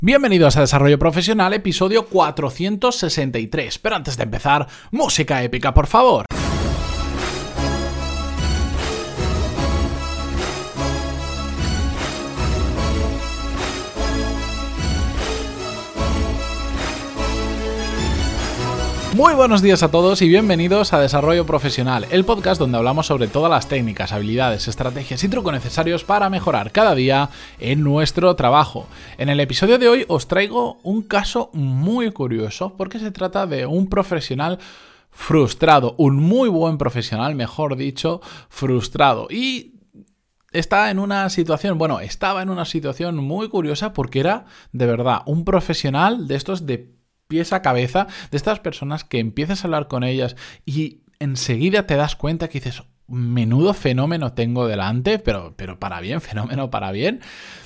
Bienvenidos a Desarrollo Profesional, episodio 463. Pero antes de empezar, música épica, por favor. Muy buenos días a todos y bienvenidos a Desarrollo Profesional, el podcast donde hablamos sobre todas las técnicas, habilidades, estrategias y trucos necesarios para mejorar cada día en nuestro trabajo. En el episodio de hoy os traigo un caso muy curioso porque se trata de un profesional frustrado, un muy buen profesional, mejor dicho, frustrado. Y estaba en una situación muy curiosa porque era, de verdad, un profesional de estos de pies a cabeza, de estas personas que empiezas a hablar con ellas y enseguida te das cuenta que dices, menudo fenómeno tengo delante, pero para bien, fenómeno para bien.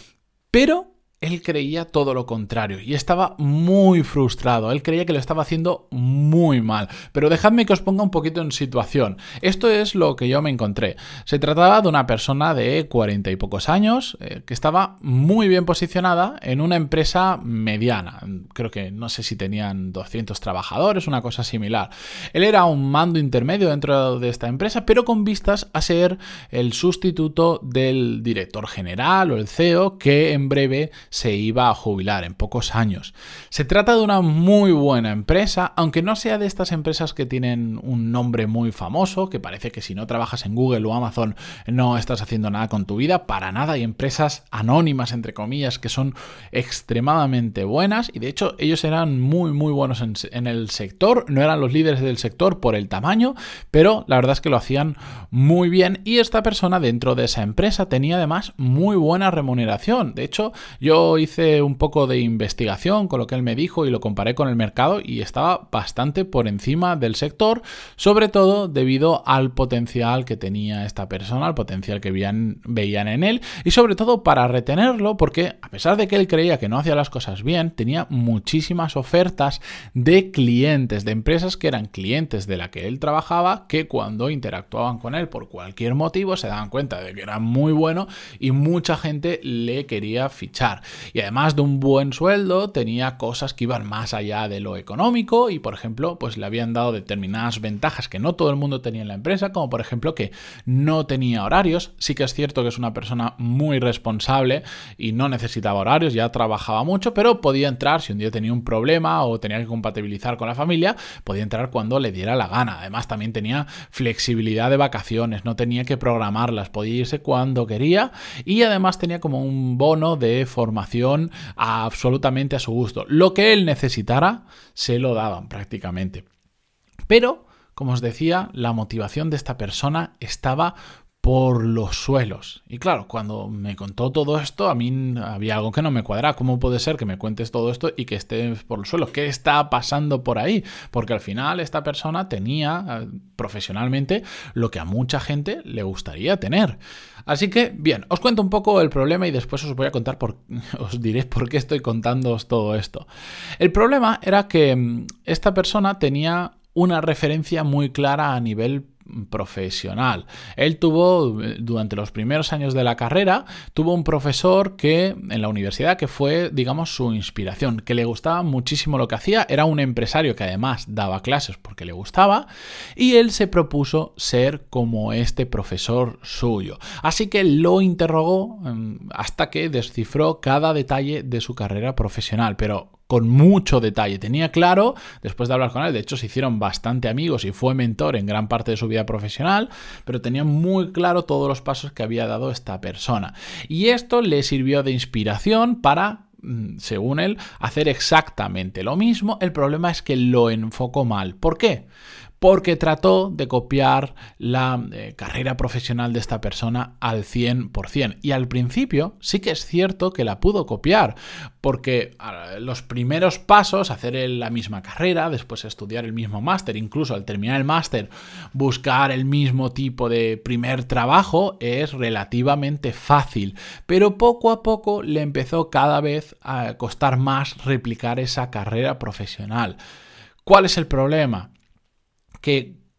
Pero él creía todo lo contrario y estaba muy frustrado. Él creía que lo estaba haciendo muy mal. Pero dejadme que os ponga un poquito en situación. Esto es lo que yo me encontré. Se trataba de una persona de 40 y pocos años que estaba muy bien posicionada en una empresa mediana. Creo que no sé si tenían 200 trabajadores, una cosa similar. Él era un mando intermedio dentro de esta empresa, pero con vistas a ser el sustituto del director general o el CEO que en breve se iba a jubilar en pocos años. Se trata de una muy buena empresa, aunque no sea de estas empresas que tienen un nombre muy famoso, que parece que si no trabajas en Google o Amazon no estás haciendo nada con tu vida, para nada. Hay empresas anónimas, entre comillas, que son extremadamente buenas y de hecho ellos eran muy buenos en el sector, no eran los líderes del sector por el tamaño, pero la verdad es que lo hacían muy bien y esta persona dentro de esa empresa tenía además muy buena remuneración. De hecho, yo hice un poco de investigación con lo que él me dijo y lo comparé con el mercado y estaba bastante por encima del sector, sobre todo debido al potencial que tenía esta persona, al potencial que veían en él y sobre todo para retenerlo porque a pesar de que él creía que no hacía las cosas bien, tenía muchísimas ofertas de clientes, de empresas que eran clientes de la que él trabajaba, que cuando interactuaban con él por cualquier motivo se daban cuenta de que era muy bueno y mucha gente le quería fichar. Y además de un buen sueldo, tenía cosas que iban más allá de lo económico y, por ejemplo, pues le habían dado determinadas ventajas que no todo el mundo tenía en la empresa, como por ejemplo que no tenía horarios. Sí que es cierto que es una persona muy responsable y no necesitaba horarios, ya trabajaba mucho, pero podía entrar si un día tenía un problema o tenía que compatibilizar con la familia, podía entrar cuando le diera la gana. Además, también tenía flexibilidad de vacaciones, no tenía que programarlas, podía irse cuando quería y además tenía como un bono de formación absolutamente a su gusto. Lo que él necesitara se lo daban prácticamente. Pero, como os decía, la motivación de esta persona estaba por los suelos. Y claro, cuando me contó todo esto, a mí había algo que no me cuadra. ¿Cómo puede ser que me cuentes todo esto y que estés por los suelos? ¿Qué está pasando por ahí? Porque al final esta persona tenía profesionalmente lo que a mucha gente le gustaría tener. Así que, bien, os cuento un poco el problema y después os voy a contar os diré por qué estoy contándoos todo esto. El problema era que esta persona tenía una referencia muy clara a nivel profesional. Él tuvo, durante los primeros años de la carrera, tuvo un profesor que en la universidad que fue, digamos, su inspiración, que le gustaba muchísimo lo que hacía, era un empresario que además daba clases porque le gustaba y él se propuso ser como este profesor suyo. Así que lo interrogó hasta que descifró cada detalle de su carrera profesional, pero con mucho detalle. Tenía claro, después de hablar con él, de hecho se hicieron bastante amigos y fue mentor en gran parte de su vida profesional, pero tenía muy claro todos los pasos que había dado esta persona. Y esto le sirvió de inspiración para, según él, hacer exactamente lo mismo. El problema es que lo enfocó mal. ¿Por qué? Porque trató de copiar la carrera profesional de esta persona al 100%. Y al principio sí que es cierto que la pudo copiar, porque los primeros pasos, hacer la misma carrera, después estudiar el mismo máster, incluso al terminar el máster, buscar el mismo tipo de primer trabajo, es relativamente fácil. Pero poco a poco le empezó cada vez a costar más replicar esa carrera profesional. ¿Cuál es el problema? Que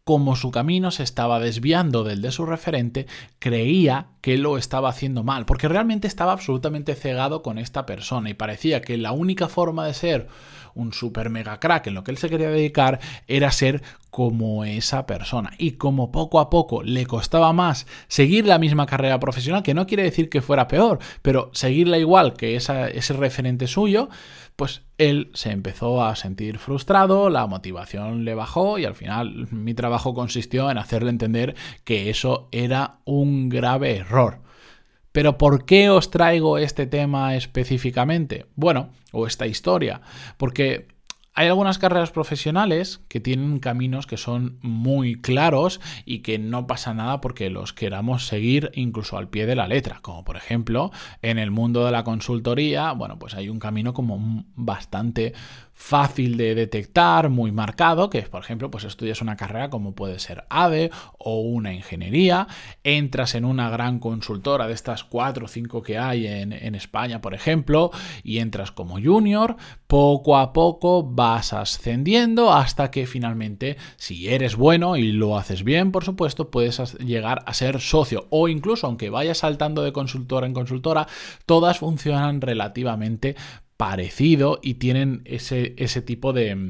como su camino se estaba desviando del de su referente, creía que lo estaba haciendo mal, porque realmente estaba absolutamente cegado con esta persona y parecía que la única forma de ser un super mega crack en lo que él se quería dedicar era ser como esa persona. Y como poco a poco le costaba más seguir la misma carrera profesional, que no quiere decir que fuera peor, pero seguirla igual que ese referente suyo, pues él se empezó a sentir frustrado, la motivación le bajó y al final mi trabajo consistió en hacerle entender que eso era un grave error. ¿Pero por qué os traigo este tema específicamente? Bueno, o esta historia, porque hay algunas carreras profesionales que tienen caminos que son muy claros y que no pasa nada porque los queramos seguir incluso al pie de la letra, como por ejemplo en el mundo de la consultoría, bueno, pues hay un camino como bastante fácil de detectar, muy marcado, que es, por ejemplo, pues estudias una carrera como puede ser ADE o una ingeniería, entras en una gran consultora de estas 4 o 5 que hay en España, por ejemplo, y entras como junior, poco a poco vas ascendiendo hasta que finalmente, si eres bueno y lo haces bien, por supuesto, puedes llegar a ser socio o incluso, aunque vayas saltando de consultora en consultora, todas funcionan relativamente parecido y tienen ese tipo de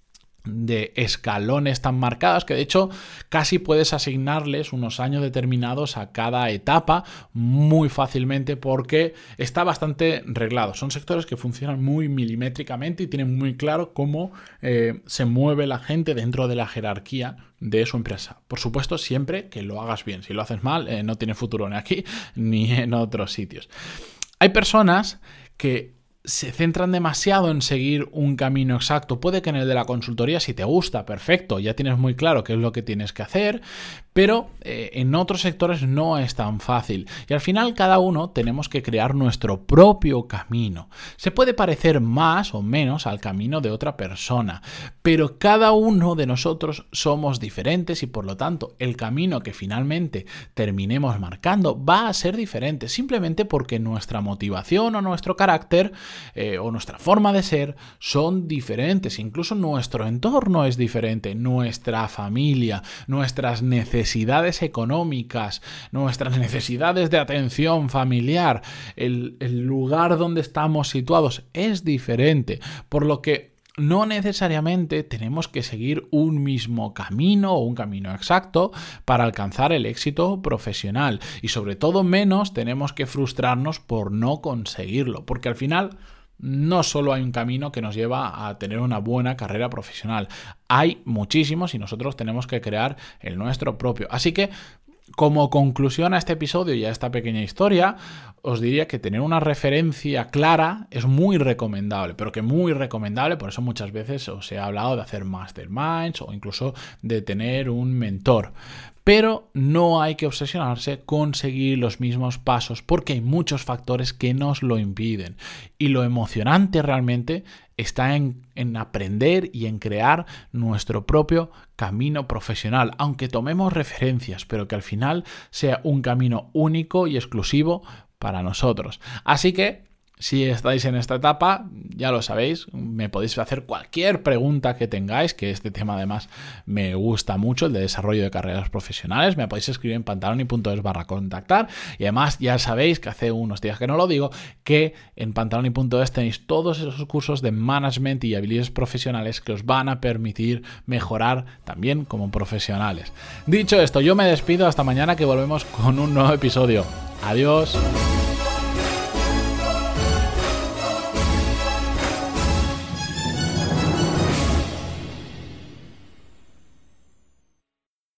escalones tan marcados que de hecho casi puedes asignarles unos años determinados a cada etapa muy fácilmente porque está bastante reglado. Son sectores que funcionan muy milimétricamente y tienen muy claro cómo se mueve la gente dentro de la jerarquía de su empresa. Por supuesto, siempre que lo hagas bien. Si lo haces mal, no tiene futuro ni aquí ni en otros sitios. Hay personas que se centran demasiado en seguir un camino exacto. Puede que en el de la consultoría, si te gusta, perfecto, ya tienes muy claro qué es lo que tienes que hacer, pero en otros sectores no es tan fácil. Y al final cada uno tenemos que crear nuestro propio camino. Se puede parecer más o menos al camino de otra persona, pero cada uno de nosotros somos diferentes y por lo tanto el camino que finalmente terminemos marcando va a ser diferente, simplemente porque nuestra motivación o nuestro carácter o nuestra forma de ser son diferentes, incluso nuestro entorno es diferente, nuestra familia, nuestras necesidades económicas, nuestras necesidades de atención familiar, el lugar donde estamos situados es diferente, por lo que no necesariamente tenemos que seguir un mismo camino o un camino exacto para alcanzar el éxito profesional y sobre todo menos tenemos que frustrarnos por no conseguirlo, porque al final no solo hay un camino que nos lleva a tener una buena carrera profesional, hay muchísimos y nosotros tenemos que crear el nuestro propio. Así que como conclusión a este episodio y a esta pequeña historia, os diría que tener una referencia clara es muy recomendable, pero que muy recomendable, por eso muchas veces os he hablado de hacer masterminds o incluso de tener un mentor. Pero no hay que obsesionarse con seguir los mismos pasos porque hay muchos factores que nos lo impiden. Y lo emocionante realmente está en aprender y en crear nuestro propio camino profesional, aunque tomemos referencias, pero que al final sea un camino único y exclusivo para nosotros. Así que si estáis en esta etapa, ya lo sabéis, me podéis hacer cualquier pregunta que tengáis, que este tema además me gusta mucho, el de desarrollo de carreras profesionales. Me podéis escribir en pantaloni.es/contactar y además ya sabéis que hace unos días que no lo digo, que en pantaloni.es tenéis todos esos cursos de management y habilidades profesionales que os van a permitir mejorar también como profesionales. Dicho esto, yo me despido hasta mañana que volvemos con un nuevo episodio. Adiós.